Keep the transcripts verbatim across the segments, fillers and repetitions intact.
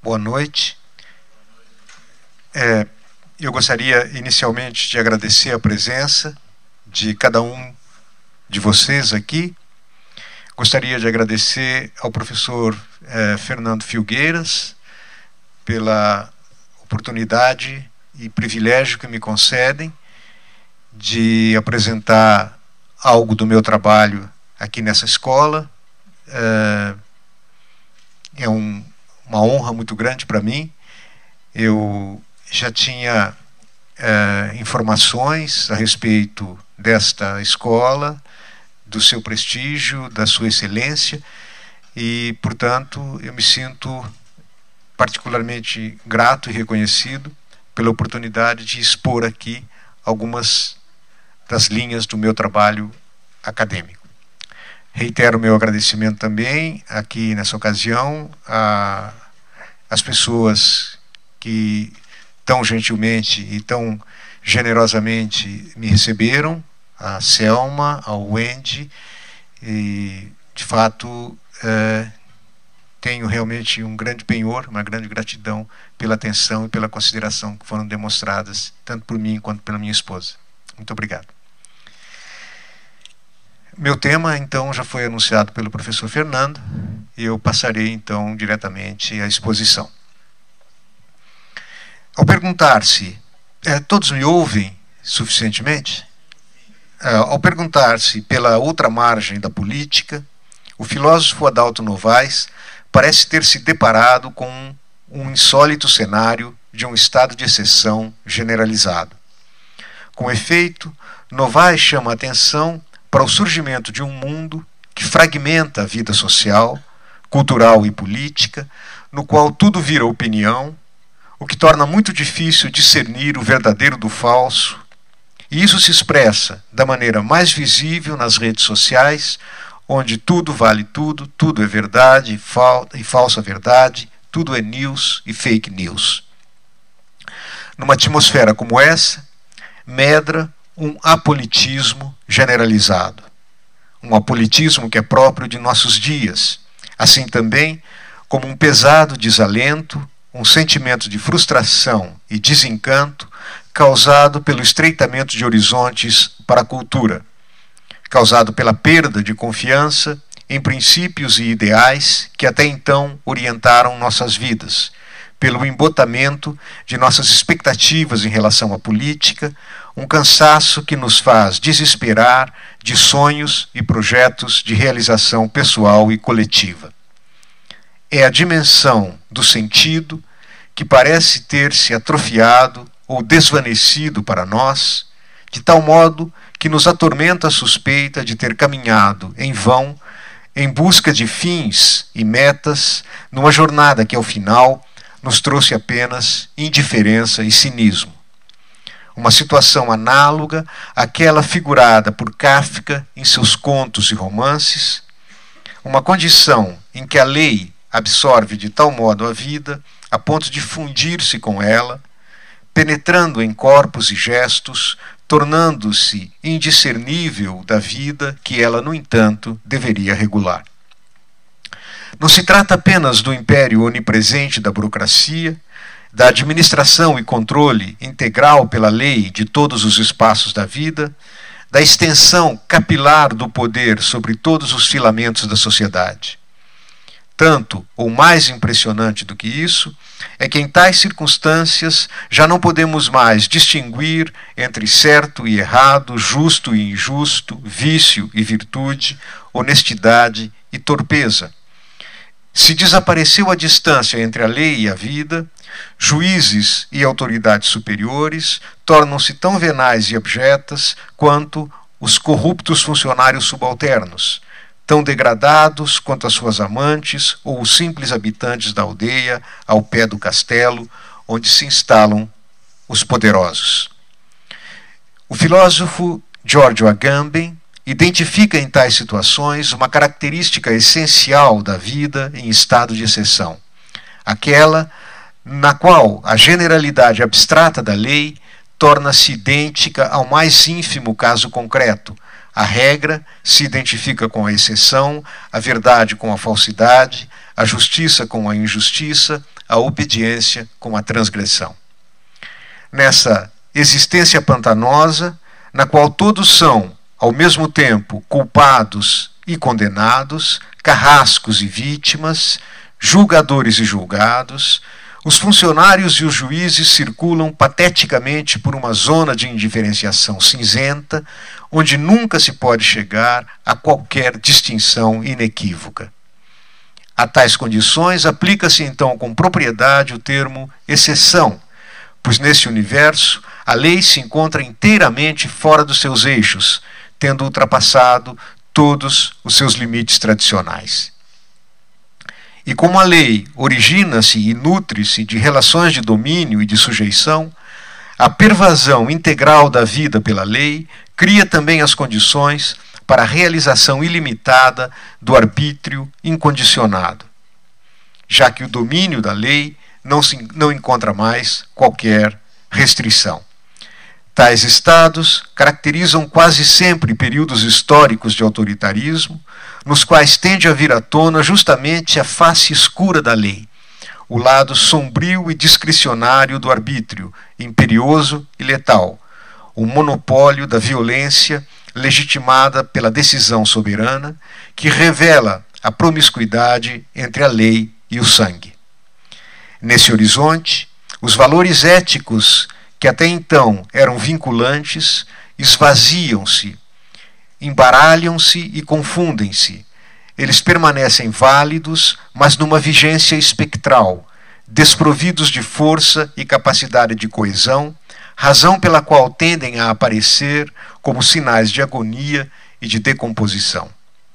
Boa noite. É, eu gostaria inicialmente de agradecer a presença de cada um de vocês aqui. Gostaria de agradecer ao professor é, Fernando Filgueiras pela oportunidade e privilégio que me concedem de apresentar algo do meu trabalho aqui nessa escola. É, é um, uma honra muito grande para mim. Eu já tinha é, informações a respeito desta escola, do seu prestígio, da sua excelência, e, portanto, eu me sinto particularmente grato e reconhecido pela oportunidade de expor aqui algumas das linhas do meu trabalho acadêmico. Reitero meu agradecimento também, aqui nessa ocasião, às pessoas que tão gentilmente e tão generosamente me receberam, a Selma, ao Wendy, e, de fato, é, tenho realmente um grande penhor, uma grande gratidão pela atenção e pela consideração que foram demonstradas, tanto por mim quanto pela minha esposa. Muito obrigado. Meu tema, então, já foi anunciado pelo professor Fernando, e eu passarei, então, diretamente à exposição. Ao perguntar-se, é, todos me ouvem suficientemente? É, ao perguntar-se pela outra margem da política, o filósofo Adalto Novaes parece ter se deparado com um insólito cenário de um estado de exceção generalizado. Com efeito, Novaes chama a atenção para o surgimento de um mundo que fragmenta a vida social, cultural e política, no qual tudo vira opinião, o que torna muito difícil discernir o verdadeiro do falso, e isso se expressa da maneira mais visível nas redes sociais, onde tudo vale tudo, tudo é verdade e falsa verdade, tudo é news e fake news. Numa atmosfera como essa, medra um apolitismo generalizado. Um apolitismo que é próprio de nossos dias, assim também como um pesado desalento, um sentimento de frustração e desencanto causado pelo estreitamento de horizontes para a cultura, causado pela perda de confiança em princípios e ideais que até então orientaram nossas vidas, pelo embotamento de nossas expectativas em relação à política, um cansaço que nos faz desesperar de sonhos e projetos de realização pessoal e coletiva. É a dimensão do sentido que parece ter se atrofiado ou desvanecido para nós, de tal modo que nos atormenta a suspeita de ter caminhado em vão em busca de fins e metas numa jornada que, ao final, nos trouxe apenas indiferença e cinismo. Uma situação análoga àquela figurada por Kafka em seus contos e romances, uma condição em que a lei absorve de tal modo a vida a ponto de fundir-se com ela, penetrando em corpos e gestos, tornando-se indiscernível da vida que ela, no entanto, deveria regular. Não se trata apenas do império onipresente da burocracia, da administração e controle integral pela lei de todos os espaços da vida, da extensão capilar do poder sobre todos os filamentos da sociedade. Tanto ou mais impressionante do que isso é que em tais circunstâncias já não podemos mais distinguir entre certo e errado, justo e injusto, vício e virtude, honestidade e torpeza. Se desapareceu a distância entre a lei e a vida, juízes e autoridades superiores tornam-se tão venais e abjetas quanto os corruptos funcionários subalternos, tão degradados quanto as suas amantes ou os simples habitantes da aldeia ao pé do castelo onde se instalam os poderosos. O filósofo Giorgio Agamben identifica em tais situações uma característica essencial da vida em estado de exceção, aquela na qual a generalidade abstrata da lei torna-se idêntica ao mais ínfimo caso concreto, A regra se identifica com a exceção, a verdade com a falsidade, a justiça com a injustiça, a obediência com a transgressão. Nessa existência pantanosa, na qual todos são, ao mesmo tempo, culpados e condenados, carrascos e vítimas, julgadores e julgados, os funcionários e os juízes circulam pateticamente por uma zona de indiferenciação cinzenta, onde nunca se pode chegar a qualquer distinção inequívoca. A tais condições aplica-se então com propriedade o termo exceção, pois nesse universo a lei se encontra inteiramente fora dos seus eixos, tendo ultrapassado todos os seus limites tradicionais. E como a lei origina-se e nutre-se de relações de domínio e de sujeição, a pervasão integral da vida pela lei cria também as condições para a realização ilimitada do arbítrio incondicionado, já que o domínio da lei não, se, não encontra mais qualquer restrição. Tais estados caracterizam quase sempre períodos históricos de autoritarismo, nos quais tende a vir à tona justamente a face escura da lei, o lado sombrio e discricionário do arbítrio, imperioso e letal, o monopólio da violência legitimada pela decisão soberana, que revela a promiscuidade entre a lei e o sangue. Nesse horizonte, os valores éticos que até então eram vinculantes, esvaziam-se, embaralham-se e confundem-se. Eles permanecem válidos, mas numa vigência espectral, desprovidos de força e capacidade de coesão, razão pela qual tendem a aparecer como sinais de agonia e de decomposição.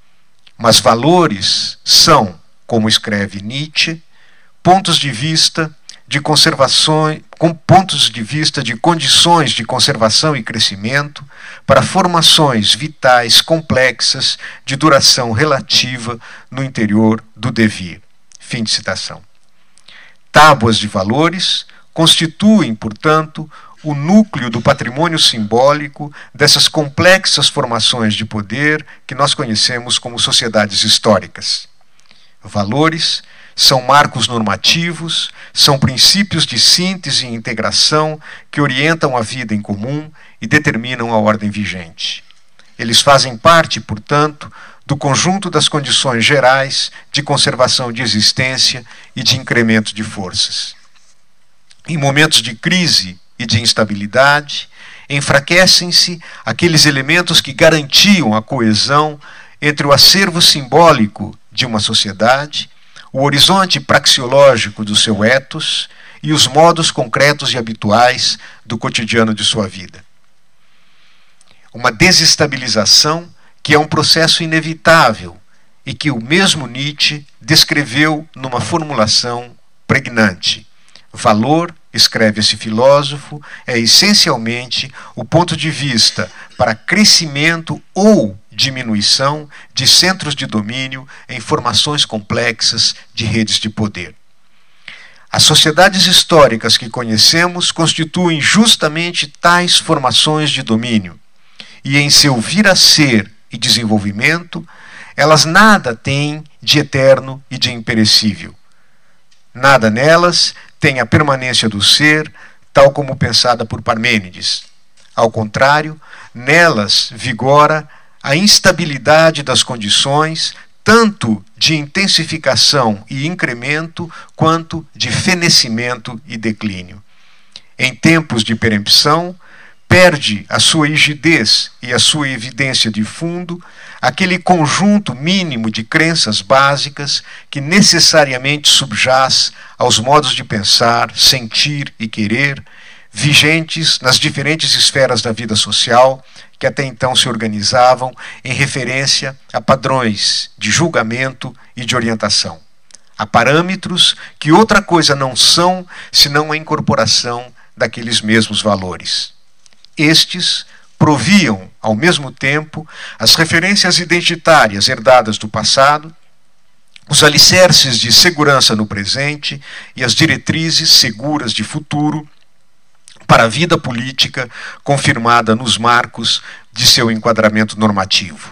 Mas valores são, como escreve Nietzsche, pontos de vista de conservação, com pontos de vista de condições de conservação e crescimento para formações vitais complexas de duração relativa no interior do devir. Fim de citação. Tábuas de valores constituem, portanto, o núcleo do patrimônio simbólico dessas complexas formações de poder que nós conhecemos como sociedades históricas. Valores são marcos normativos, são princípios de síntese e integração que orientam a vida em comum e determinam a ordem vigente. Eles fazem parte, portanto, do conjunto das condições gerais de conservação de existência e de incremento de forças. Em momentos de crise e de instabilidade, enfraquecem-se aqueles elementos que garantiam a coesão entre o acervo simbólico de uma sociedade, o horizonte praxeológico do seu ethos e os modos concretos e habituais do cotidiano de sua vida. Uma desestabilização que é um processo inevitável e que o mesmo Nietzsche descreveu numa formulação pregnante. Valor, escreve esse filósofo, é essencialmente o ponto de vista para crescimento ou diminuição de centros de domínio em formações complexas de redes de poder. As sociedades históricas que conhecemos constituem justamente tais formações de domínio, e em seu vir a ser e desenvolvimento, elas nada têm de eterno e de imperecível. Nada nelas tem a permanência do ser, tal como pensada por Parmênides. Ao contrário, nelas vigora a instabilidade das condições, tanto de intensificação e incremento, quanto de fenecimento e declínio. Em tempos de perempção, perde a sua rigidez e a sua evidência de fundo aquele conjunto mínimo de crenças básicas que necessariamente subjaz aos modos de pensar, sentir e querer, vigentes nas diferentes esferas da vida social que até então se organizavam em referência a padrões de julgamento e de orientação, a parâmetros que outra coisa não são senão a incorporação daqueles mesmos valores. Estes proviam, ao mesmo tempo, as referências identitárias herdadas do passado, os alicerces de segurança no presente e as diretrizes seguras de futuro para a vida política confirmada nos marcos de seu enquadramento normativo.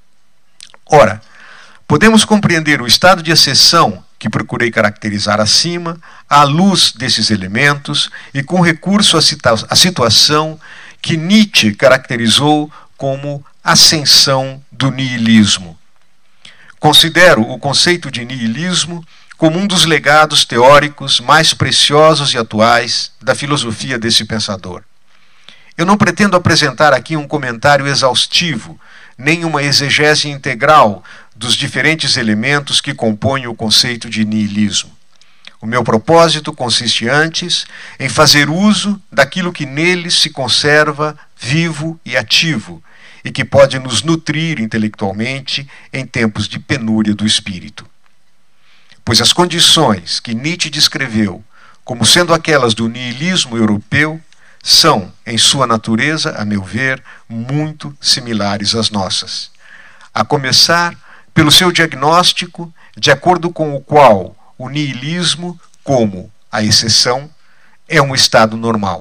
Ora, podemos compreender o estado de exceção que procurei caracterizar acima à luz desses elementos e com recurso à, situa- à situação que Nietzsche caracterizou como ascensão do niilismo. Considero o conceito de niilismo como um dos legados teóricos mais preciosos e atuais da filosofia desse pensador. Eu não pretendo apresentar aqui um comentário exaustivo, nem uma exegese integral dos diferentes elementos que compõem o conceito de niilismo. O meu propósito consiste antes em fazer uso daquilo que nele se conserva vivo e ativo, e que pode nos nutrir intelectualmente em tempos de penúria do espírito. Pois as condições que Nietzsche descreveu como sendo aquelas do niilismo europeu são, em sua natureza, a meu ver, muito similares às nossas. A começar pelo seu diagnóstico, de acordo com o qual o niilismo, como a exceção, é um estado normal.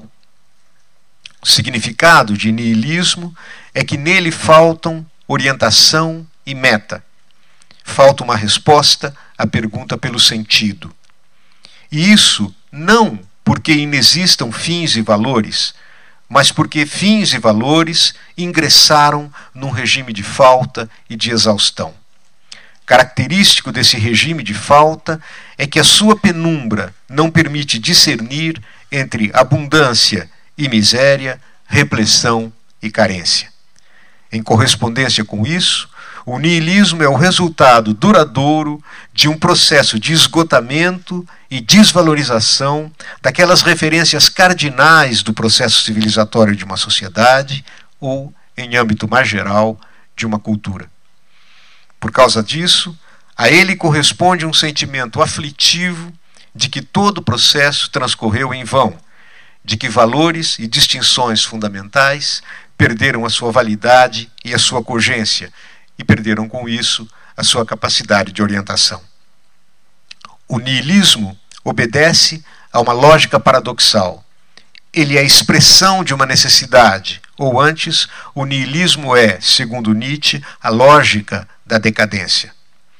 O significado de niilismo é que nele faltam orientação e meta. Falta uma resposta à pergunta pelo sentido. E isso não porque inexistam fins e valores, mas porque fins e valores ingressaram num regime de falta e de exaustão. Característico desse regime de falta é que a sua penumbra não permite discernir entre abundância e miséria, repressão e carência. Em correspondência com isso, o niilismo é o resultado duradouro de um processo de esgotamento e desvalorização daquelas referências cardinais do processo civilizatório de uma sociedade ou, em âmbito mais geral, de uma cultura. Por causa disso, a ele corresponde um sentimento aflitivo de que todo o processo transcorreu em vão, de que valores e distinções fundamentais perderam a sua validade e a sua cogência, e perderam com isso a sua capacidade de orientação. O niilismo obedece a uma lógica paradoxal. Ele é a expressão de uma necessidade, ou antes, o niilismo é, segundo Nietzsche, a lógica da decadência.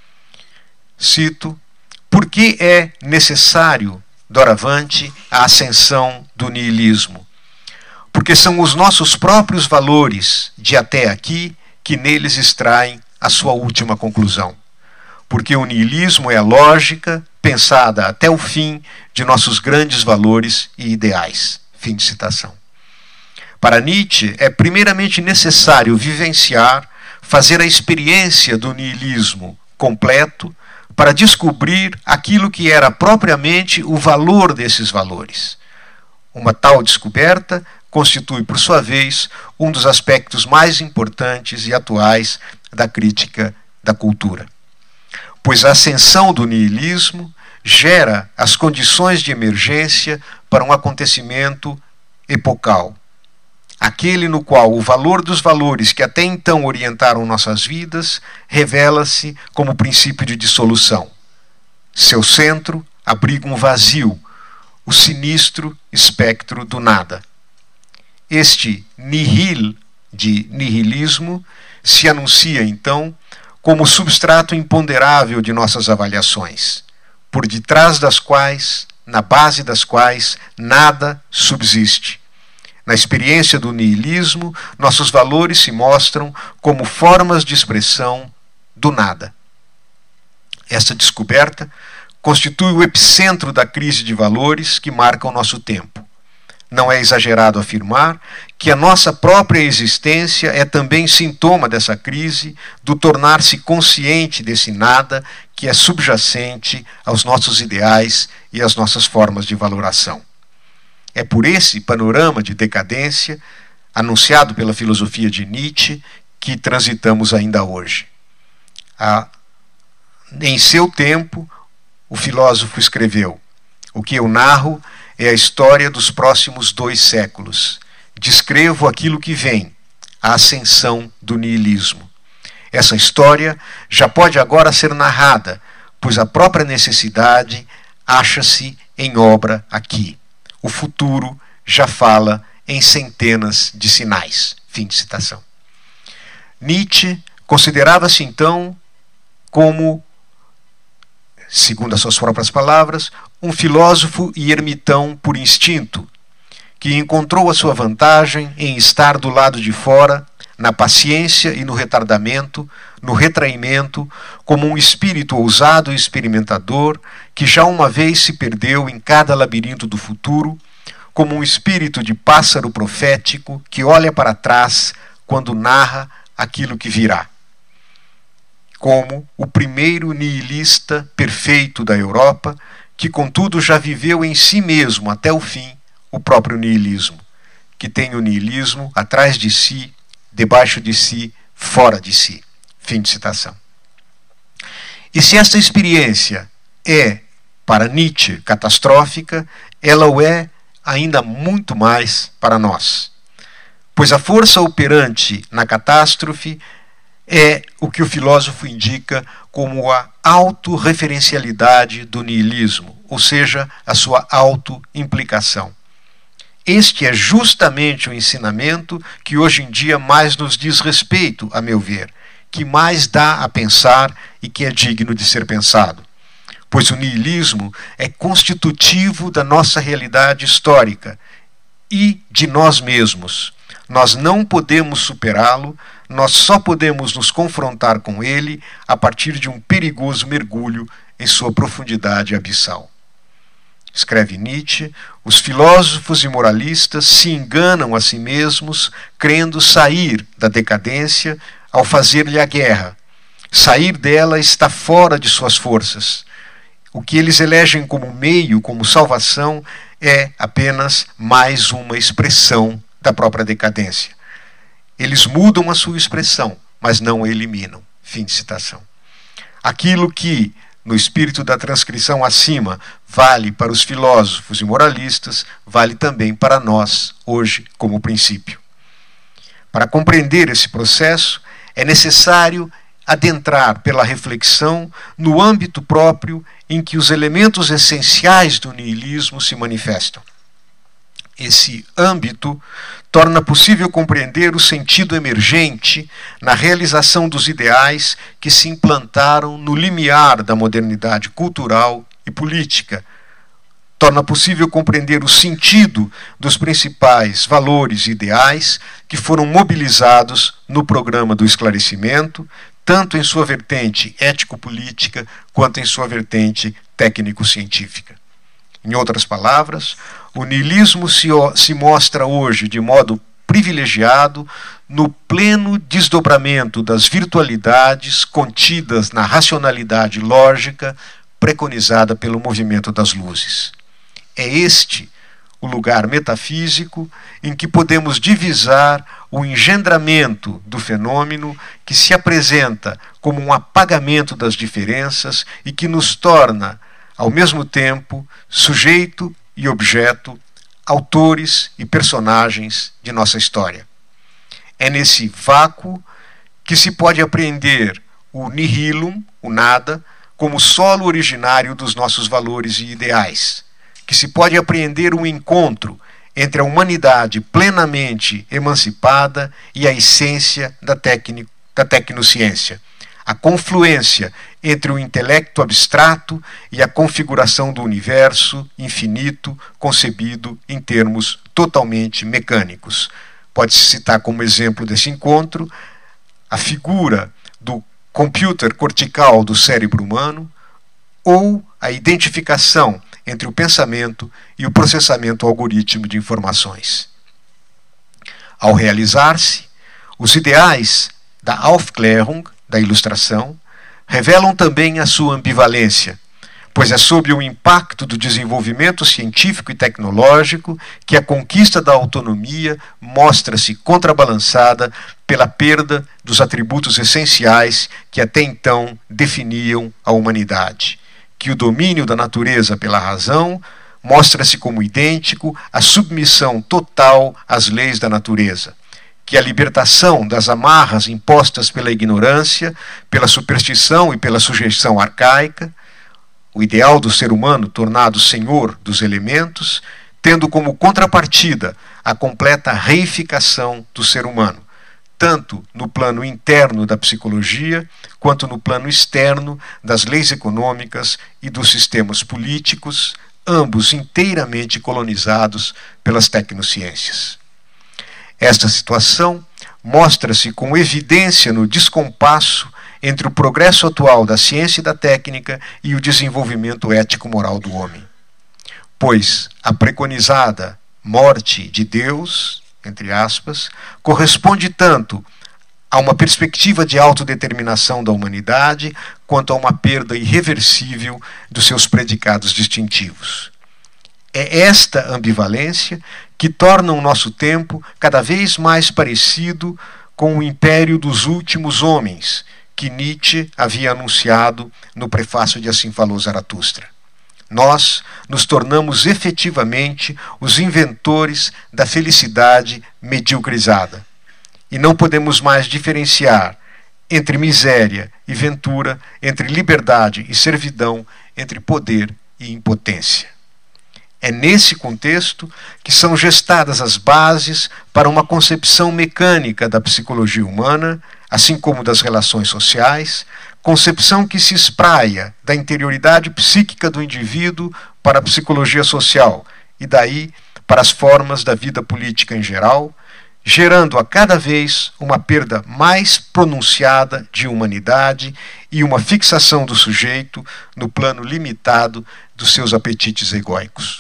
Cito: por que é necessário, doravante, a ascensão do niilismo? Porque são os nossos próprios valores de até aqui que neles extraem a sua última conclusão. Porque o niilismo é a lógica pensada até o fim de nossos grandes valores e ideais. Fim de citação. Para Nietzsche, é primeiramente necessário vivenciar, fazer a experiência do niilismo completo para descobrir aquilo que era propriamente o valor desses valores. Uma tal descoberta constitui, por sua vez, um dos aspectos mais importantes e atuais da crítica da cultura. Pois a ascensão do niilismo gera as condições de emergência para um acontecimento epocal, aquele no qual o valor dos valores que até então orientaram nossas vidas revela-se como princípio de dissolução. Seu centro abriga um vazio, o sinistro espectro do nada. Este nihil, de nihilismo, se anuncia, então, como o substrato imponderável de nossas avaliações, por detrás das quais, na base das quais, nada subsiste. Na experiência do niilismo, nossos valores se mostram como formas de expressão do nada. Essa descoberta constitui o epicentro da crise de valores que marca o nosso tempo. Não é exagerado afirmar que a nossa própria existência é também sintoma dessa crise, do tornar-se consciente desse nada que é subjacente aos nossos ideais e às nossas formas de valoração. É por esse panorama de decadência, anunciado pela filosofia de Nietzsche, que transitamos ainda hoje. Ah, em seu tempo, o filósofo escreveu: o que eu narro é a história dos próximos dois séculos. Descrevo aquilo que vem, a ascensão do niilismo. Essa história já pode agora ser narrada, pois a própria necessidade acha-se em obra aqui. O futuro já fala em centenas de sinais. Fim de citação. Nietzsche considerava-se então como, segundo as suas próprias palavras, um filósofo e ermitão por instinto, que encontrou a sua vantagem em estar do lado de fora, na paciência e no retardamento, no retraimento, como um espírito ousado e experimentador que já uma vez se perdeu em cada labirinto do futuro, como um espírito de pássaro profético que olha para trás quando narra aquilo que virá. Como o primeiro nihilista perfeito da Europa, que contudo já viveu em si mesmo até o fim o próprio nihilismo, que tem o nihilismo atrás de si, debaixo de si, fora de si. Fim de citação. E se esta experiência é, para Nietzsche, catastrófica, ela o é ainda muito mais para nós. Pois a força operante na catástrofe é o que o filósofo indica como a autorreferencialidade do nihilismo, ou seja, a sua auto-implicação. Este é justamente o ensinamento que hoje em dia mais nos diz respeito, a meu ver, que mais dá a pensar e que é digno de ser pensado. Pois o nihilismo é constitutivo da nossa realidade histórica e de nós mesmos. Nós não podemos superá-lo, nós só podemos nos confrontar com ele a partir de um perigoso mergulho em sua profundidade abissal. Escreve Nietzsche, os filósofos e moralistas se enganam a si mesmos, crendo sair da decadência ao fazer-lhe a guerra. Sair dela está fora de suas forças. O que eles elegem como meio, como salvação, é apenas mais uma expressão da própria decadência. Eles mudam a sua expressão, mas não a eliminam. Fim de citação. Aquilo que, no espírito da transcrição acima, vale para os filósofos e moralistas, vale também para nós, hoje, como princípio. Para compreender esse processo, é necessário adentrar pela reflexão no âmbito próprio em que os elementos essenciais do nihilismo se manifestam. Esse âmbito torna possível compreender o sentido emergente na realização dos ideais que se implantaram no limiar da modernidade cultural e política. Torna possível compreender o sentido dos principais valores e ideais que foram mobilizados no programa do esclarecimento, tanto em sua vertente ético-política quanto em sua vertente técnico-científica. Em outras palavras, o nihilismo se, se mostra hoje de modo privilegiado no pleno desdobramento das virtualidades contidas na racionalidade lógica preconizada pelo movimento das luzes. É este o lugar metafísico em que podemos divisar o engendramento do fenômeno que se apresenta como um apagamento das diferenças e que nos torna, ao mesmo tempo, sujeito e objeto, autores e personagens de nossa história. É nesse vácuo que se pode apreender o nihilum, o nada, como solo originário dos nossos valores e ideais, que se pode apreender um encontro entre a humanidade plenamente emancipada e a essência da, tecnic, da tecnociência, a confluência entre o intelecto abstrato e a configuração do universo infinito concebido em termos totalmente mecânicos. Pode-se citar como exemplo desse encontro a figura do computer cortical do cérebro humano ou a identificação entre o pensamento e o processamento algoritmo de informações. Ao realizar-se, os ideais da Aufklärung, da ilustração, revelam também a sua ambivalência, pois é sob o impacto do desenvolvimento científico e tecnológico que a conquista da autonomia mostra-se contrabalançada pela perda dos atributos essenciais que até então definiam a humanidade, que o domínio da natureza pela razão mostra-se como idêntico à submissão total às leis da natureza, que a libertação das amarras impostas pela ignorância, pela superstição e pela sujeição arcaica, o ideal do ser humano tornado senhor dos elementos, tendo como contrapartida a completa reificação do ser humano, tanto no plano interno da psicologia, quanto no plano externo das leis econômicas e dos sistemas políticos, ambos inteiramente colonizados pelas tecnociências. Esta situação mostra-se com evidência no descompasso entre o progresso atual da ciência e da técnica e o desenvolvimento ético-moral do homem. Pois a preconizada morte de Deus, entre aspas, corresponde tanto a uma perspectiva de autodeterminação da humanidade, quanto a uma perda irreversível dos seus predicados distintivos. É esta ambivalência que torna o nosso tempo cada vez mais parecido com o império dos últimos homens, que Nietzsche havia anunciado no prefácio de Assim Falou Zaratustra. Nós nos tornamos efetivamente os inventores da felicidade mediocrizada. E não podemos mais diferenciar entre miséria e ventura, entre liberdade e servidão, entre poder e impotência. É nesse contexto que são gestadas as bases para uma concepção mecânica da psicologia humana, assim como das relações sociais, concepção que se espraia da interioridade psíquica do indivíduo para a psicologia social e daí para as formas da vida política em geral, gerando a cada vez uma perda mais pronunciada de humanidade e uma fixação do sujeito no plano limitado dos seus apetites egóicos.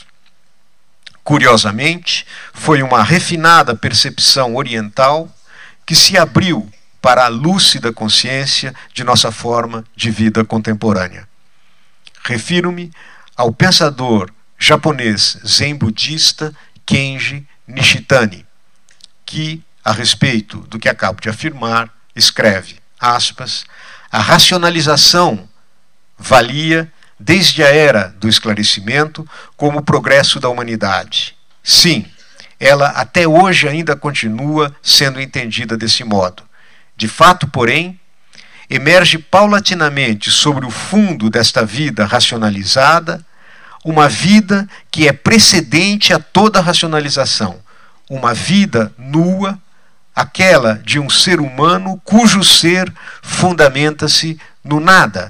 Curiosamente, foi uma refinada percepção oriental que se abriu para a lúcida consciência de nossa forma de vida contemporânea. Refiro-me ao pensador japonês zen-budista Kenji Nishitani, que, a respeito do que acabo de afirmar, escreve, aspas, a racionalização valia desde a era do esclarecimento como o progresso da humanidade. Sim, ela até hoje ainda continua sendo entendida desse modo. De fato, porém, emerge paulatinamente sobre o fundo desta vida racionalizada uma vida que é precedente a toda racionalização, uma vida nua, aquela de um ser humano cujo ser fundamenta-se no nada,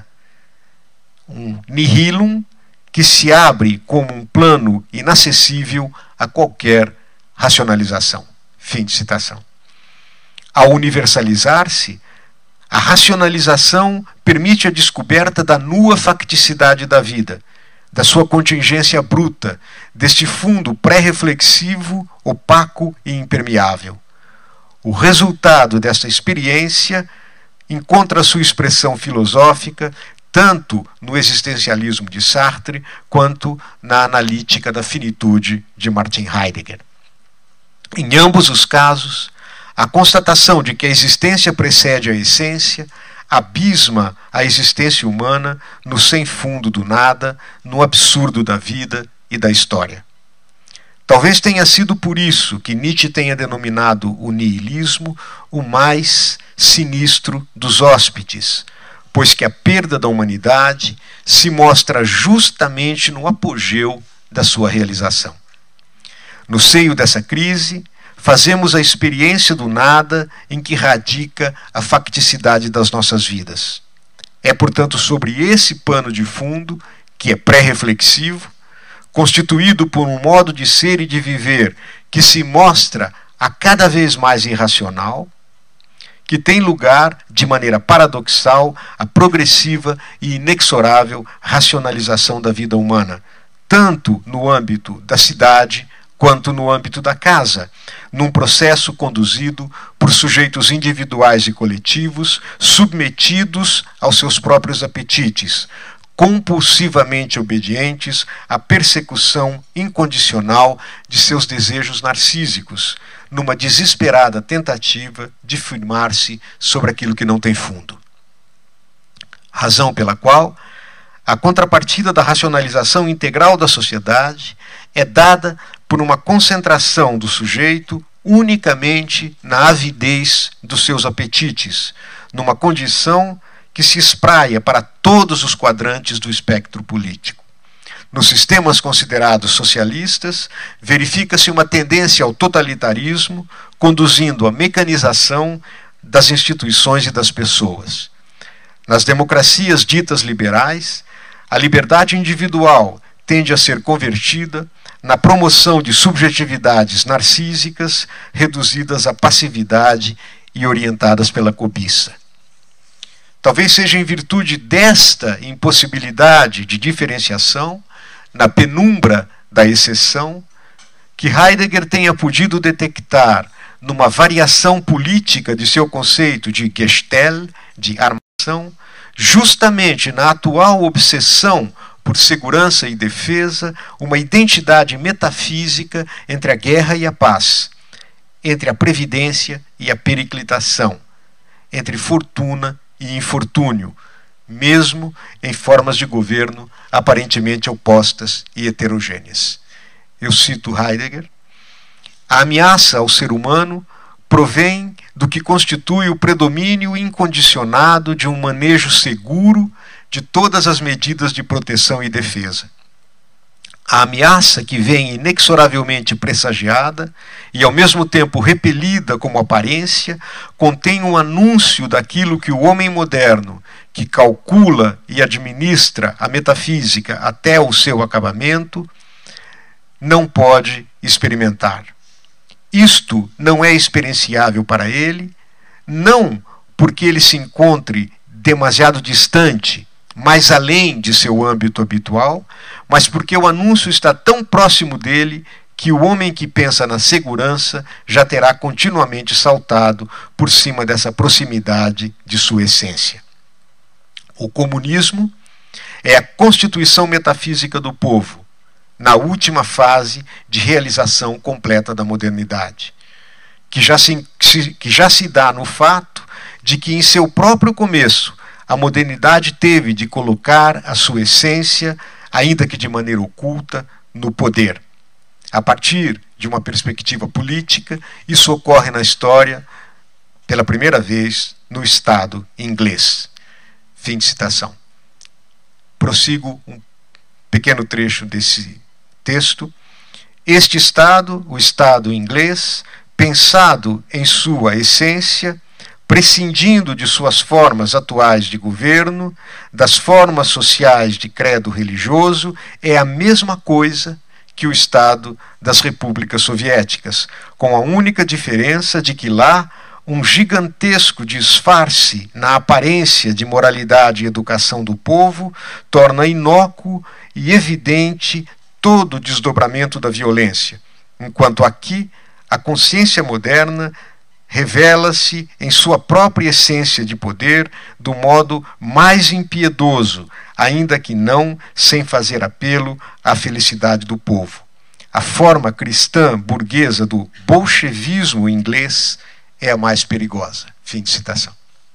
um nihilum que se abre como um plano inacessível a qualquer racionalização. Fim de citação. Ao universalizar-se, a racionalização permite a descoberta da nua facticidade da vida, da sua contingência bruta, deste fundo pré-reflexivo, opaco e impermeável. O resultado desta experiência encontra sua expressão filosófica tanto no existencialismo de Sartre quanto na analítica da finitude de Martin Heidegger. Em ambos os casos, a constatação de que a existência precede a essência abisma a existência humana no sem-fundo do nada, no absurdo da vida e da história. Talvez tenha sido por isso que Nietzsche tenha denominado o niilismo o mais sinistro dos hóspedes, pois que a perda da humanidade se mostra justamente no apogeu da sua realização. No seio dessa crise, fazemos a experiência do nada em que radica a facticidade das nossas vidas. É, portanto, sobre esse pano de fundo, que é pré-reflexivo, constituído por um modo de ser e de viver que se mostra a cada vez mais irracional, que tem lugar, de maneira paradoxal, a progressiva e inexorável racionalização da vida humana, tanto no âmbito da cidade quanto no âmbito da casa, num processo conduzido por sujeitos individuais e coletivos submetidos aos seus próprios apetites, compulsivamente obedientes à persecução incondicional de seus desejos narcísicos, numa desesperada tentativa de firmar-se sobre aquilo que não tem fundo. Razão pela qual a contrapartida da racionalização integral da sociedade é dada por uma concentração do sujeito unicamente na avidez dos seus apetites, numa condição que se espraia para todos os quadrantes do espectro político. Nos sistemas considerados socialistas, verifica-se uma tendência ao totalitarismo, conduzindo à mecanização das instituições e das pessoas. Nas democracias ditas liberais, a liberdade individual tende a ser convertida na promoção de subjetividades narcísicas reduzidas à passividade e orientadas pela cobiça. Talvez seja em virtude desta impossibilidade de diferenciação, na penumbra da exceção, que Heidegger tenha podido detectar, numa variação política de seu conceito de Gestell, de armação, justamente na atual obsessão por segurança e defesa, uma identidade metafísica entre a guerra e a paz, entre a previdência e a periclitação, entre fortuna e infortúnio, mesmo em formas de governo aparentemente opostas e heterogêneas. Eu cito Heidegger: a ameaça ao ser humano provém do que constitui o predomínio incondicionado de um manejo seguro de todas as medidas de proteção e defesa. A ameaça que vem inexoravelmente pressagiada e ao mesmo tempo repelida como aparência, contém um anúncio daquilo que o homem moderno, que calcula e administra a metafísica até o seu acabamento, não pode experimentar. Isto não é experienciável para ele, não porque ele se encontre demasiado distante, mais além de seu âmbito habitual, mas porque o anúncio está tão próximo dele que o homem que pensa na segurança já terá continuamente saltado por cima dessa proximidade de sua essência. O comunismo é a constituição metafísica do povo, na última fase de realização completa da modernidade, que já se, que já se dá no fato de que em seu próprio começo a modernidade teve de colocar a sua essência, ainda que de maneira oculta, no poder. A partir de uma perspectiva política, isso ocorre na história, pela primeira vez, no Estado inglês. Fim de citação. Prossigo um pequeno trecho desse texto. Este Estado, o Estado inglês, pensado em sua essência, prescindindo de suas formas atuais de governo, das formas sociais de credo religioso, é a mesma coisa que o Estado das repúblicas soviéticas, com a única diferença de que lá um gigantesco disfarce na aparência de moralidade e educação do povo torna inócuo e evidente todo o desdobramento da violência, enquanto aqui a consciência moderna revela-se em sua própria essência de poder do modo mais impiedoso, ainda que não sem fazer apelo à felicidade do povo. A forma cristã burguesa do bolchevismo inglês é a mais perigosa. Fim de citação.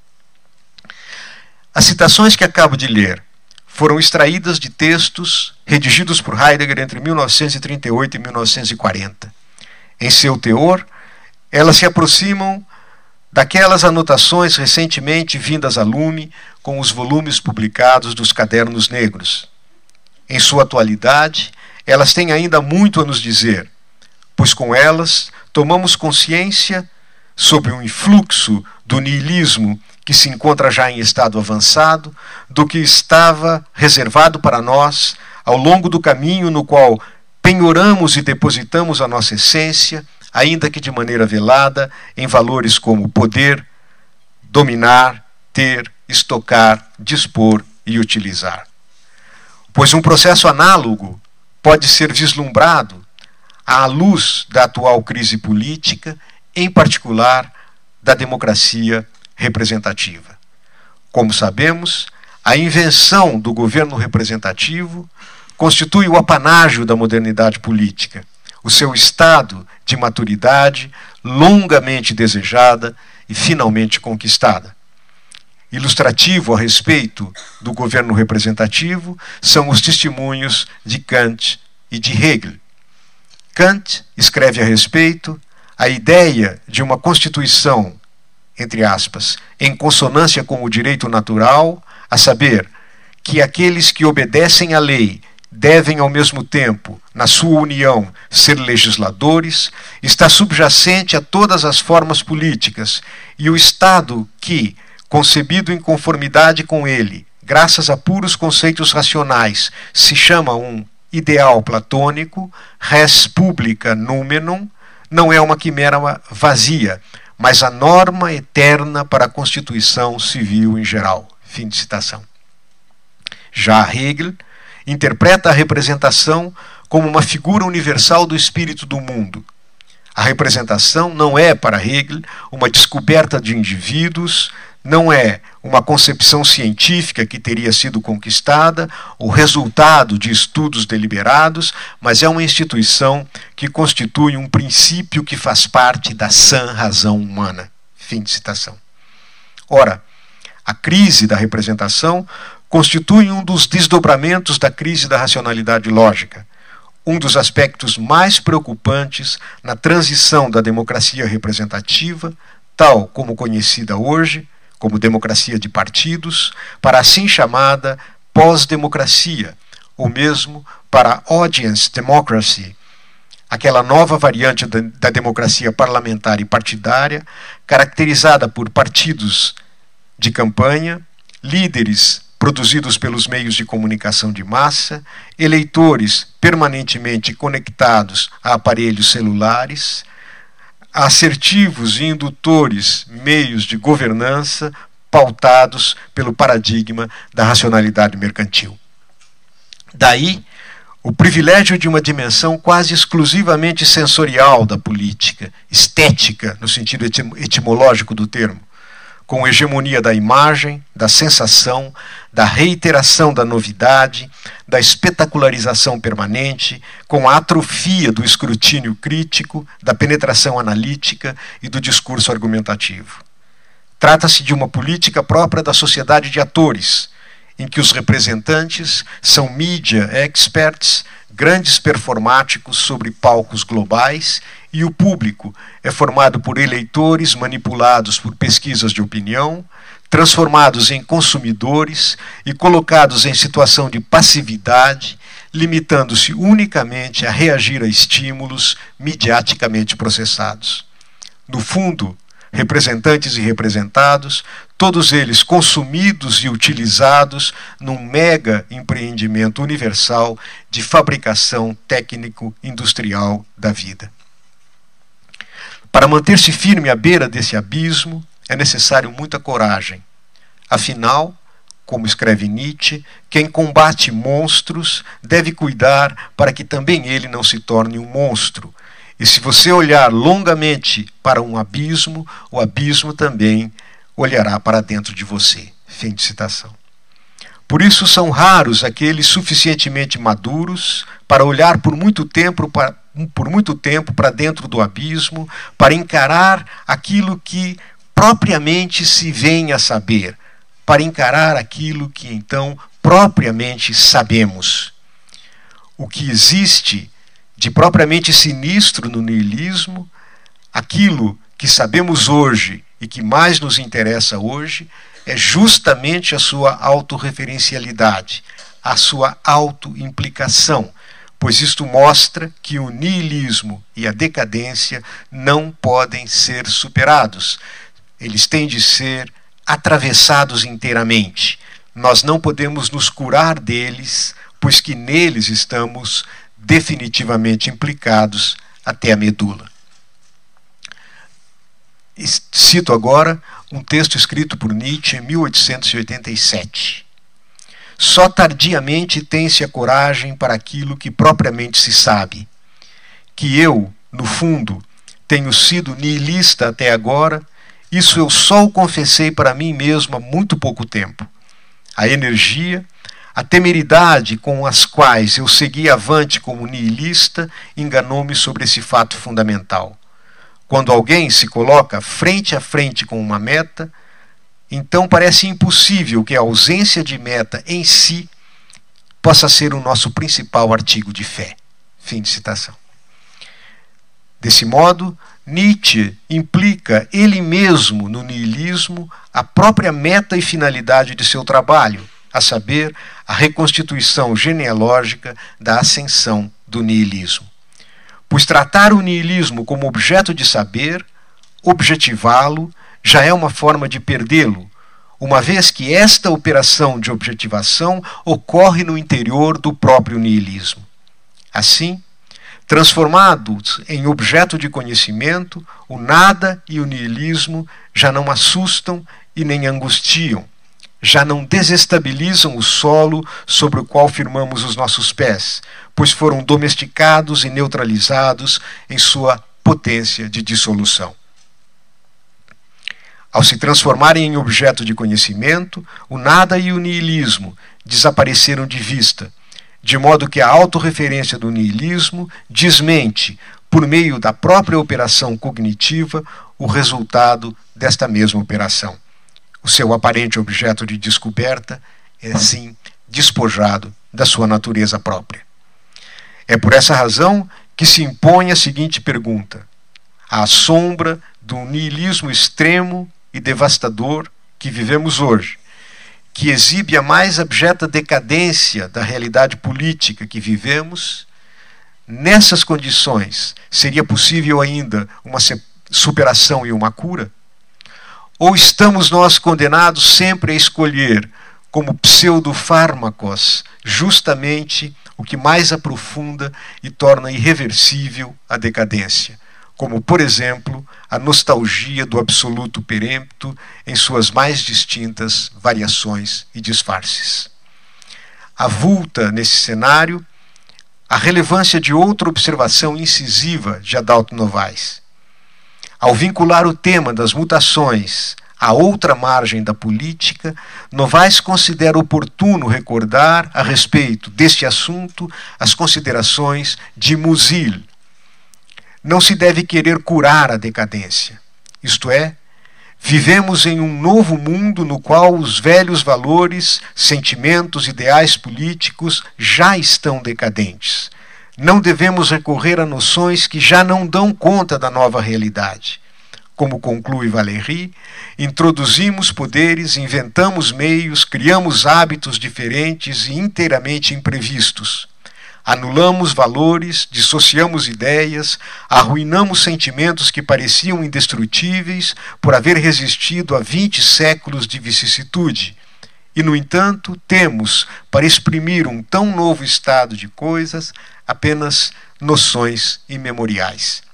As citações que acabo de ler foram extraídas de textos redigidos por Heidegger entre mil novecentos e trinta e oito e mil novecentos e quarenta. Em seu teor, elas se aproximam daquelas anotações recentemente vindas a lume com os volumes publicados dos Cadernos Negros. Em sua atualidade, elas têm ainda muito a nos dizer, pois com elas tomamos consciência, sob um influxo do niilismo que se encontra já em estado avançado, do que estava reservado para nós ao longo do caminho no qual penhoramos e depositamos a nossa essência, ainda que de maneira velada, em valores como poder, dominar, ter, estocar, dispor e utilizar. Pois um processo análogo pode ser vislumbrado à luz da atual crise política, em particular da democracia representativa. Como sabemos, a invenção do governo representativo constitui o apanágio da modernidade política, o seu estado de maturidade longamente desejada e finalmente conquistada. Ilustrativo a respeito do governo representativo são os testemunhos de Kant e de Hegel. Kant escreve a respeito a ideia de uma constituição, entre aspas, em consonância com o direito natural, a saber, que aqueles que obedecem à lei devem ao mesmo tempo, na sua união, ser legisladores, está subjacente a todas as formas políticas, e o Estado que, concebido em conformidade com ele, graças a puros conceitos racionais, se chama um ideal platônico, res publica numenum, não é uma quimera vazia, mas a norma eterna para a Constituição civil em geral. Fim de citação. Já Hegel interpreta a representação como uma figura universal do espírito do mundo. A representação não é, para Hegel, uma descoberta de indivíduos, não é uma concepção científica que teria sido conquistada, ou resultado de estudos deliberados, mas é uma instituição que constitui um princípio que faz parte da sã razão humana. Fim de citação. Ora, a crise da representação constitui um dos desdobramentos da crise da racionalidade lógica, um dos aspectos mais preocupantes na transição da democracia representativa, tal como conhecida hoje, como democracia de partidos, para a assim chamada pós-democracia, ou mesmo para a audience democracy, aquela nova variante da, da democracia parlamentar e partidária, caracterizada por partidos de campanha, líderes produzidos pelos meios de comunicação de massa, eleitores permanentemente conectados a aparelhos celulares, assertivos e indutores meios de governança pautados pelo paradigma da racionalidade mercantil. Daí, o privilégio de uma dimensão quase exclusivamente sensorial da política, estética, no sentido etimológico do termo, com hegemonia da imagem, da sensação, da reiteração da novidade, da espetacularização permanente, com a atrofia do escrutínio crítico, da penetração analítica e do discurso argumentativo. Trata-se de uma política própria da sociedade de atores, em que os representantes são media experts, grandes performáticos sobre palcos globais, e o público é formado por eleitores manipulados por pesquisas de opinião, transformados em consumidores e colocados em situação de passividade, limitando-se unicamente a reagir a estímulos mediaticamente processados. No fundo, representantes e representados, todos eles consumidos e utilizados num mega empreendimento universal de fabricação técnico-industrial da vida. Para manter-se firme à beira desse abismo, é necessário muita coragem. Afinal, como escreve Nietzsche, quem combate monstros deve cuidar para que também ele não se torne um monstro. E se você olhar longamente para um abismo, o abismo também olhará para dentro de você. Fim de citação. Por isso são raros aqueles suficientemente maduros para olhar por muito tempo para, por muito tempo para dentro do abismo, para encarar aquilo que propriamente se vem a saber, para encarar aquilo que então propriamente sabemos. O que existe de propriamente sinistro no niilismo, aquilo que sabemos hoje e que mais nos interessa hoje, é justamente a sua autorreferencialidade, a sua autoimplicação, pois isto mostra que o niilismo e a decadência não podem ser superados. Eles têm de ser atravessados inteiramente. Nós não podemos nos curar deles, pois que neles estamos definitivamente implicados até a medula. Cito agora um texto escrito por Nietzsche em mil oitocentos e oitenta e sete. Só tardiamente tem-se a coragem para aquilo que propriamente se sabe. Que eu, no fundo, tenho sido nihilista até agora, isso eu só o confessei para mim mesmo há muito pouco tempo. A energia, a temeridade com as quais eu segui avante como nihilista enganou-me sobre esse fato fundamental. Quando alguém se coloca frente a frente com uma meta, então parece impossível que a ausência de meta em si possa ser o nosso principal artigo de fé. Fim de citação. Desse modo, Nietzsche implica ele mesmo no niilismo a própria meta e finalidade de seu trabalho, a saber, a reconstituição genealógica da ascensão do niilismo. Pois tratar o niilismo como objeto de saber, objetivá-lo, já é uma forma de perdê-lo, uma vez que esta operação de objetivação ocorre no interior do próprio niilismo. Assim, transformados em objeto de conhecimento, o nada e o niilismo já não assustam e nem angustiam, já não desestabilizam o solo sobre o qual firmamos os nossos pés, pois foram domesticados e neutralizados em sua potência de dissolução. Ao se transformarem em objeto de conhecimento, o nada e o niilismo desapareceram de vista, de modo que a autorreferência do niilismo desmente, por meio da própria operação cognitiva, o resultado desta mesma operação. O seu aparente objeto de descoberta é, assim, despojado da sua natureza própria. É por essa razão que se impõe a seguinte pergunta: à sombra do niilismo extremo e devastador que vivemos hoje, que exibe a mais abjeta decadência da realidade política que vivemos, nessas condições, seria possível ainda uma superação e uma cura? Ou estamos nós condenados sempre a escolher, como pseudofármacos, justamente o que mais aprofunda e torna irreversível a decadência, como, por exemplo, a nostalgia do absoluto perempto em suas mais distintas variações e disfarces. Avulta nesse cenário a relevância de outra observação incisiva de Adalto Novaes. Ao vincular o tema das mutações à outra margem da política, Novaes considera oportuno recordar a respeito deste assunto as considerações de Musil. Não se deve querer curar a decadência, isto é, vivemos em um novo mundo no qual os velhos valores, sentimentos, ideais políticos já estão decadentes. Não devemos recorrer a noções que já não dão conta da nova realidade. Como conclui Valéry, introduzimos poderes, inventamos meios, criamos hábitos diferentes e inteiramente imprevistos. Anulamos valores, dissociamos ideias, arruinamos sentimentos que pareciam indestrutíveis por haver resistido a vinte séculos de vicissitude. E, no entanto, temos, para exprimir um tão novo estado de coisas, apenas noções imemoriais.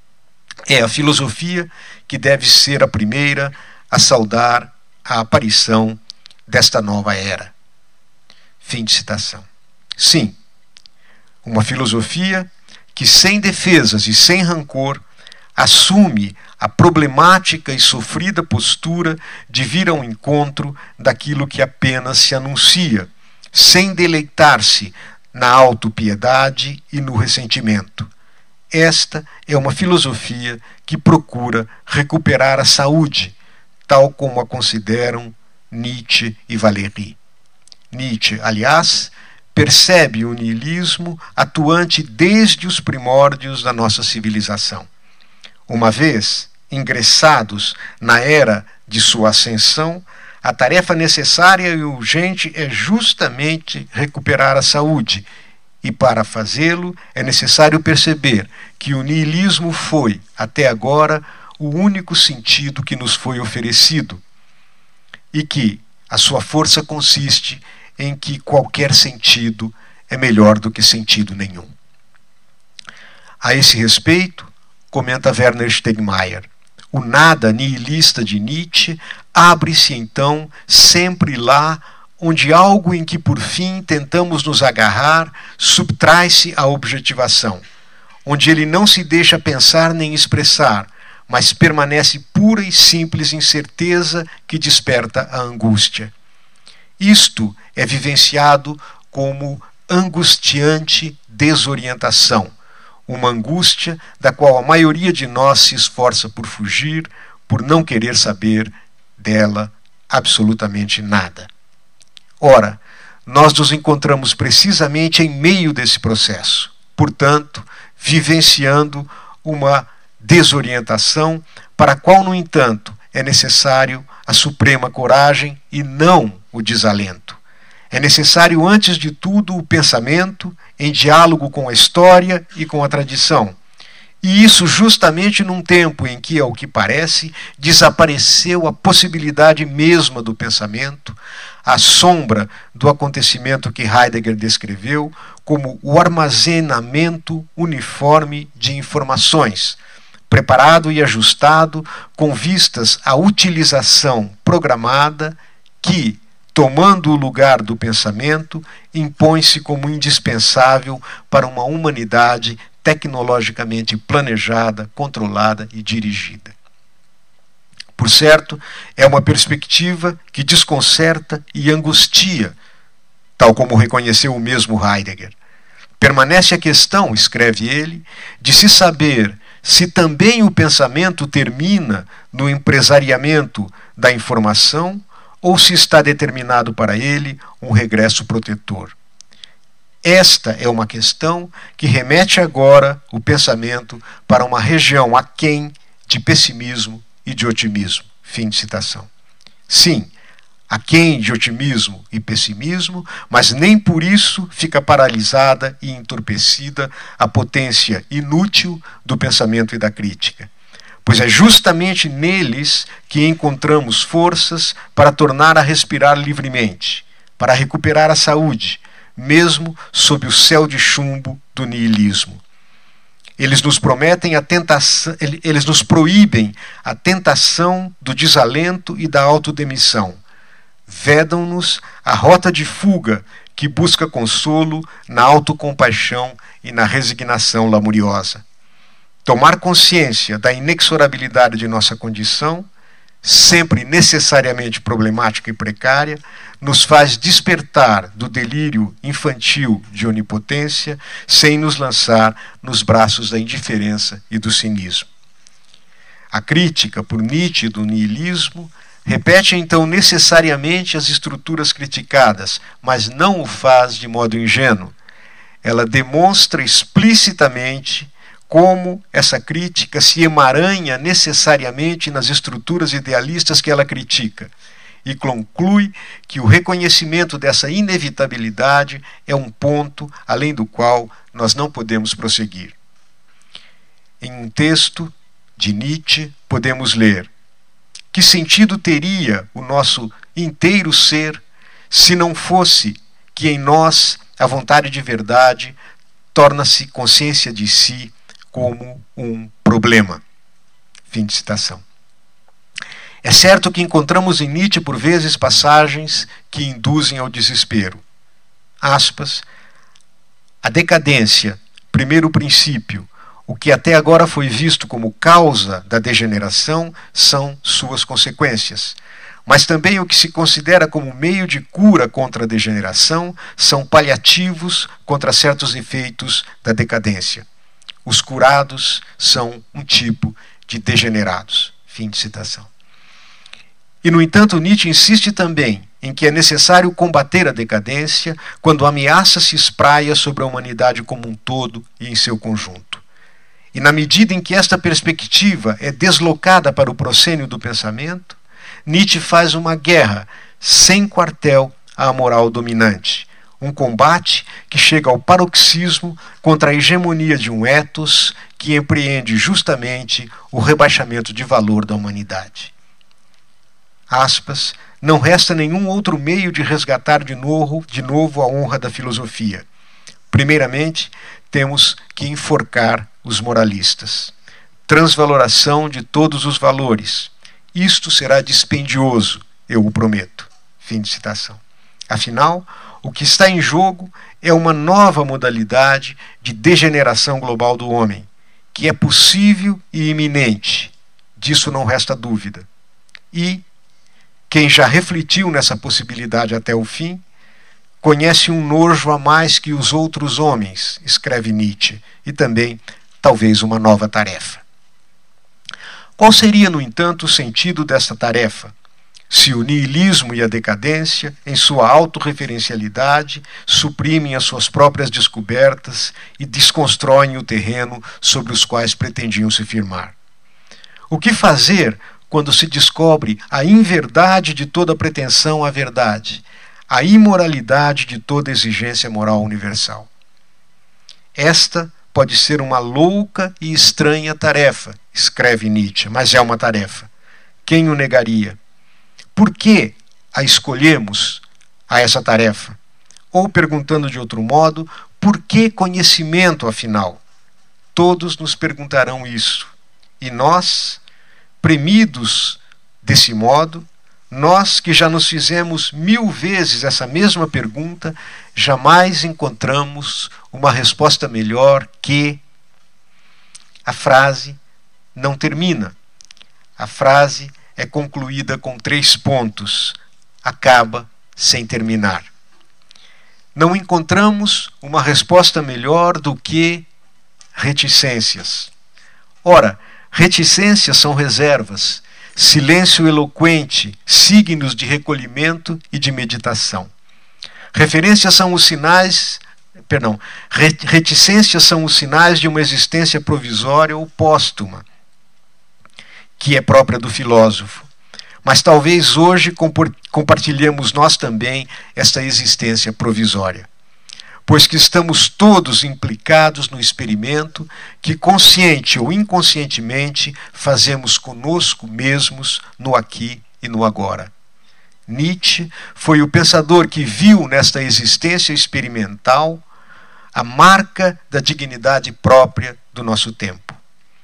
É a filosofia que deve ser a primeira a saudar a aparição desta nova era. Fim de citação. Sim, uma filosofia que, sem defesas e sem rancor, assume a problemática e sofrida postura de vir ao encontro daquilo que apenas se anuncia, sem deleitar-se na autopiedade e no ressentimento. Esta é uma filosofia que procura recuperar a saúde, tal como a consideram Nietzsche e Valéry. Nietzsche, aliás, percebe o niilismo atuante desde os primórdios da nossa civilização. Uma vez ingressados na era de sua ascensão, a tarefa necessária e urgente é justamente recuperar a saúde, e para fazê-lo é necessário perceber que o niilismo foi, até agora, o único sentido que nos foi oferecido, e que a sua força consiste em que qualquer sentido é melhor do que sentido nenhum. A esse respeito, comenta Werner Stegmaier, o nada nihilista de Nietzsche abre-se então sempre lá onde algo em que por fim tentamos nos agarrar subtrai-se à objetivação, onde ele não se deixa pensar nem expressar, mas permanece pura e simples incerteza que desperta a angústia. Isto é vivenciado como angustiante desorientação, uma angústia da qual a maioria de nós se esforça por fugir, por não querer saber dela absolutamente nada. Ora, nós nos encontramos precisamente em meio desse processo, portanto, vivenciando uma desorientação para a qual, no entanto, é necessário a suprema coragem e não o desalento. É necessário, antes de tudo, o pensamento em diálogo com a história e com a tradição. E isso justamente num tempo em que, ao que parece, desapareceu a possibilidade mesma do pensamento, à sombra do acontecimento que Heidegger descreveu como o armazenamento uniforme de informações, preparado e ajustado com vistas à utilização programada que, tomando o lugar do pensamento, impõe-se como indispensável para uma humanidade tecnologicamente planejada, controlada e dirigida. Por certo, é uma perspectiva que desconcerta e angustia, tal como reconheceu o mesmo Heidegger. Permanece a questão, escreve ele, de se saber se também o pensamento termina no empresariamento da informação ou se está determinado para ele um regresso protetor. Esta é uma questão que remete agora o pensamento para uma região aquém de pessimismo e de otimismo. Fim de citação. Sim, aquém de otimismo e pessimismo, mas nem por isso fica paralisada e entorpecida a potência inútil do pensamento e da crítica. Pois é justamente neles que encontramos forças para tornar a respirar livremente, para recuperar a saúde, mesmo sob o céu de chumbo do niilismo. Eles nos prometem a tentação, eles nos proíbem a tentação do desalento e da autodemissão. Vedam-nos a rota de fuga que busca consolo na autocompaixão e na resignação lamuriosa. Tomar consciência da inexorabilidade de nossa condição, sempre necessariamente problemática e precária, nos faz despertar do delírio infantil de onipotência sem nos lançar nos braços da indiferença e do cinismo. A crítica por Nietzsche do niilismo repete então necessariamente as estruturas criticadas, mas não o faz de modo ingênuo. Ela demonstra explicitamente como essa crítica se emaranha necessariamente nas estruturas idealistas que ela critica, e conclui que o reconhecimento dessa inevitabilidade é um ponto além do qual nós não podemos prosseguir. Em um texto de Nietzsche, podemos ler: que sentido teria o nosso inteiro ser se não fosse que em nós a vontade de verdade torna-se consciência de si como um problema? Fim de citação. É certo que encontramos em Nietzsche por vezes passagens que induzem ao desespero. Aspas, a decadência, primeiro princípio, o que até agora foi visto como causa da degeneração são suas consequências. Mas também o que se considera como meio de cura contra a degeneração são paliativos contra certos efeitos da decadência. Os curados são um tipo de degenerados. Fim de citação. E, no entanto, Nietzsche insiste também em que é necessário combater a decadência quando a ameaça se espraia sobre a humanidade como um todo e em seu conjunto. E na medida em que esta perspectiva é deslocada para o proscênio do pensamento, Nietzsche faz uma guerra sem quartel à moral dominante, um combate que chega ao paroxismo contra a hegemonia de um ethos que empreende justamente o rebaixamento de valor da humanidade. Aspas, não resta nenhum outro meio de resgatar de novo, de novo a honra da filosofia. Primeiramente, temos que enforcar os moralistas. Transvaloração de todos os valores. Isto será dispendioso, eu o prometo. Fim de citação. Afinal, o que está em jogo é uma nova modalidade de degeneração global do homem, que é possível e iminente. Disso não resta dúvida. E quem já refletiu nessa possibilidade até o fim, conhece um nojo a mais que os outros homens, escreve Nietzsche, e também, talvez, uma nova tarefa. Qual seria, no entanto, o sentido desta tarefa? Se o niilismo e a decadência, em sua autorreferencialidade, suprimem as suas próprias descobertas e desconstroem o terreno sobre os quais pretendiam se firmar. O que fazer quando se descobre a inverdade de toda pretensão à verdade, a imoralidade de toda exigência moral universal. Esta pode ser uma louca e estranha tarefa, escreve Nietzsche, mas é uma tarefa. Quem o negaria? Por que a escolhemos a essa tarefa? Ou, perguntando de outro modo, por que conhecimento, afinal? Todos nos perguntarão isso. E nós, premidos desse modo, nós que já nos fizemos mil vezes essa mesma pergunta, jamais encontramos uma resposta melhor que... A frase não termina. A frase é concluída com três pontos. Acaba sem terminar. Não encontramos uma resposta melhor do que reticências. Ora, reticências são reservas, silêncio eloquente, signos de recolhimento e de meditação. Referências são os sinais, perdão, reticências são os sinais de uma existência provisória ou póstuma, que é própria do filósofo. Mas talvez hoje compartilhemos nós também esta existência provisória, pois que estamos todos implicados no experimento que, consciente ou inconscientemente, fazemos conosco mesmos no aqui e no agora. Nietzsche foi o pensador que viu nesta existência experimental a marca da dignidade própria do nosso tempo.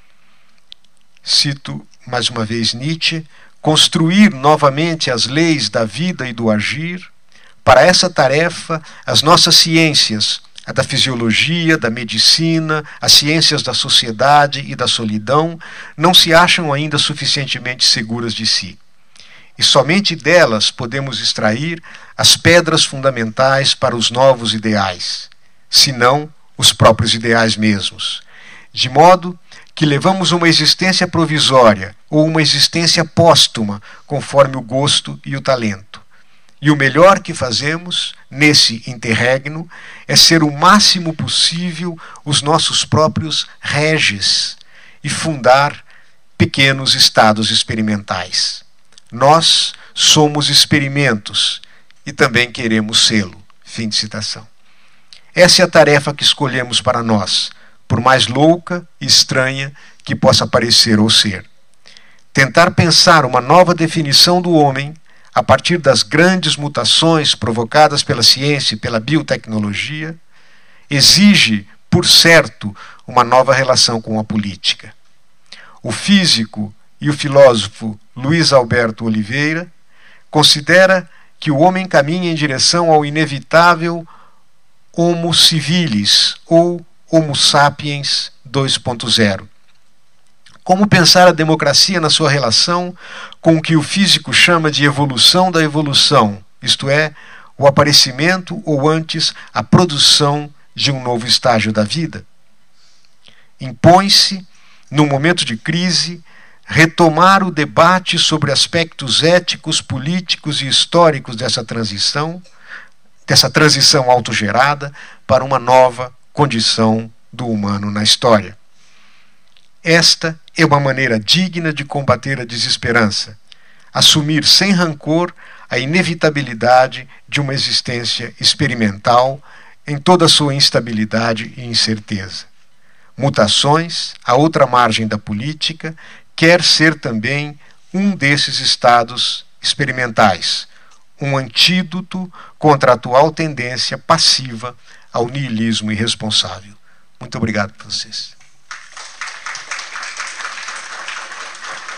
Cito mais uma vez Nietzsche: construir novamente as leis da vida e do agir. Para essa tarefa, as nossas ciências, a da fisiologia, da medicina, as ciências da sociedade e da solidão, não se acham ainda suficientemente seguras de si. E somente delas podemos extrair as pedras fundamentais para os novos ideais, se não os próprios ideais mesmos. De modo que levamos uma existência provisória ou uma existência póstuma, conforme o gosto e o talento. E o melhor que fazemos, nesse interregno, é ser o máximo possível os nossos próprios reges e fundar pequenos estados experimentais. Nós somos experimentos e também queremos sê-lo. Fim de citação. Essa é a tarefa que escolhemos para nós, por mais louca e estranha que possa parecer ou ser. Tentar pensar uma nova definição do homem a partir das grandes mutações provocadas pela ciência e pela biotecnologia exige, por certo, uma nova relação com a política. O físico e o filósofo Luiz Alberto Oliveira considera que o homem caminha em direção ao inevitável Homo civilis, ou Homo sapiens dois ponto zero. Como pensar a democracia na sua relação com o que o físico chama de evolução da evolução, isto é, o aparecimento ou antes a produção de um novo estágio da vida? Impõe-se, num momento de crise, retomar o debate sobre aspectos éticos, políticos e históricos dessa transição, dessa transição autogerada para uma nova condição do humano na história. Esta é uma maneira digna de combater a desesperança, assumir sem rancor a inevitabilidade de uma existência experimental em toda a sua instabilidade e incerteza. Mutações, a outra margem da política, quer ser também um desses estados experimentais, um antídoto contra a atual tendência passiva ao niilismo irresponsável. Muito obrigado por vocês.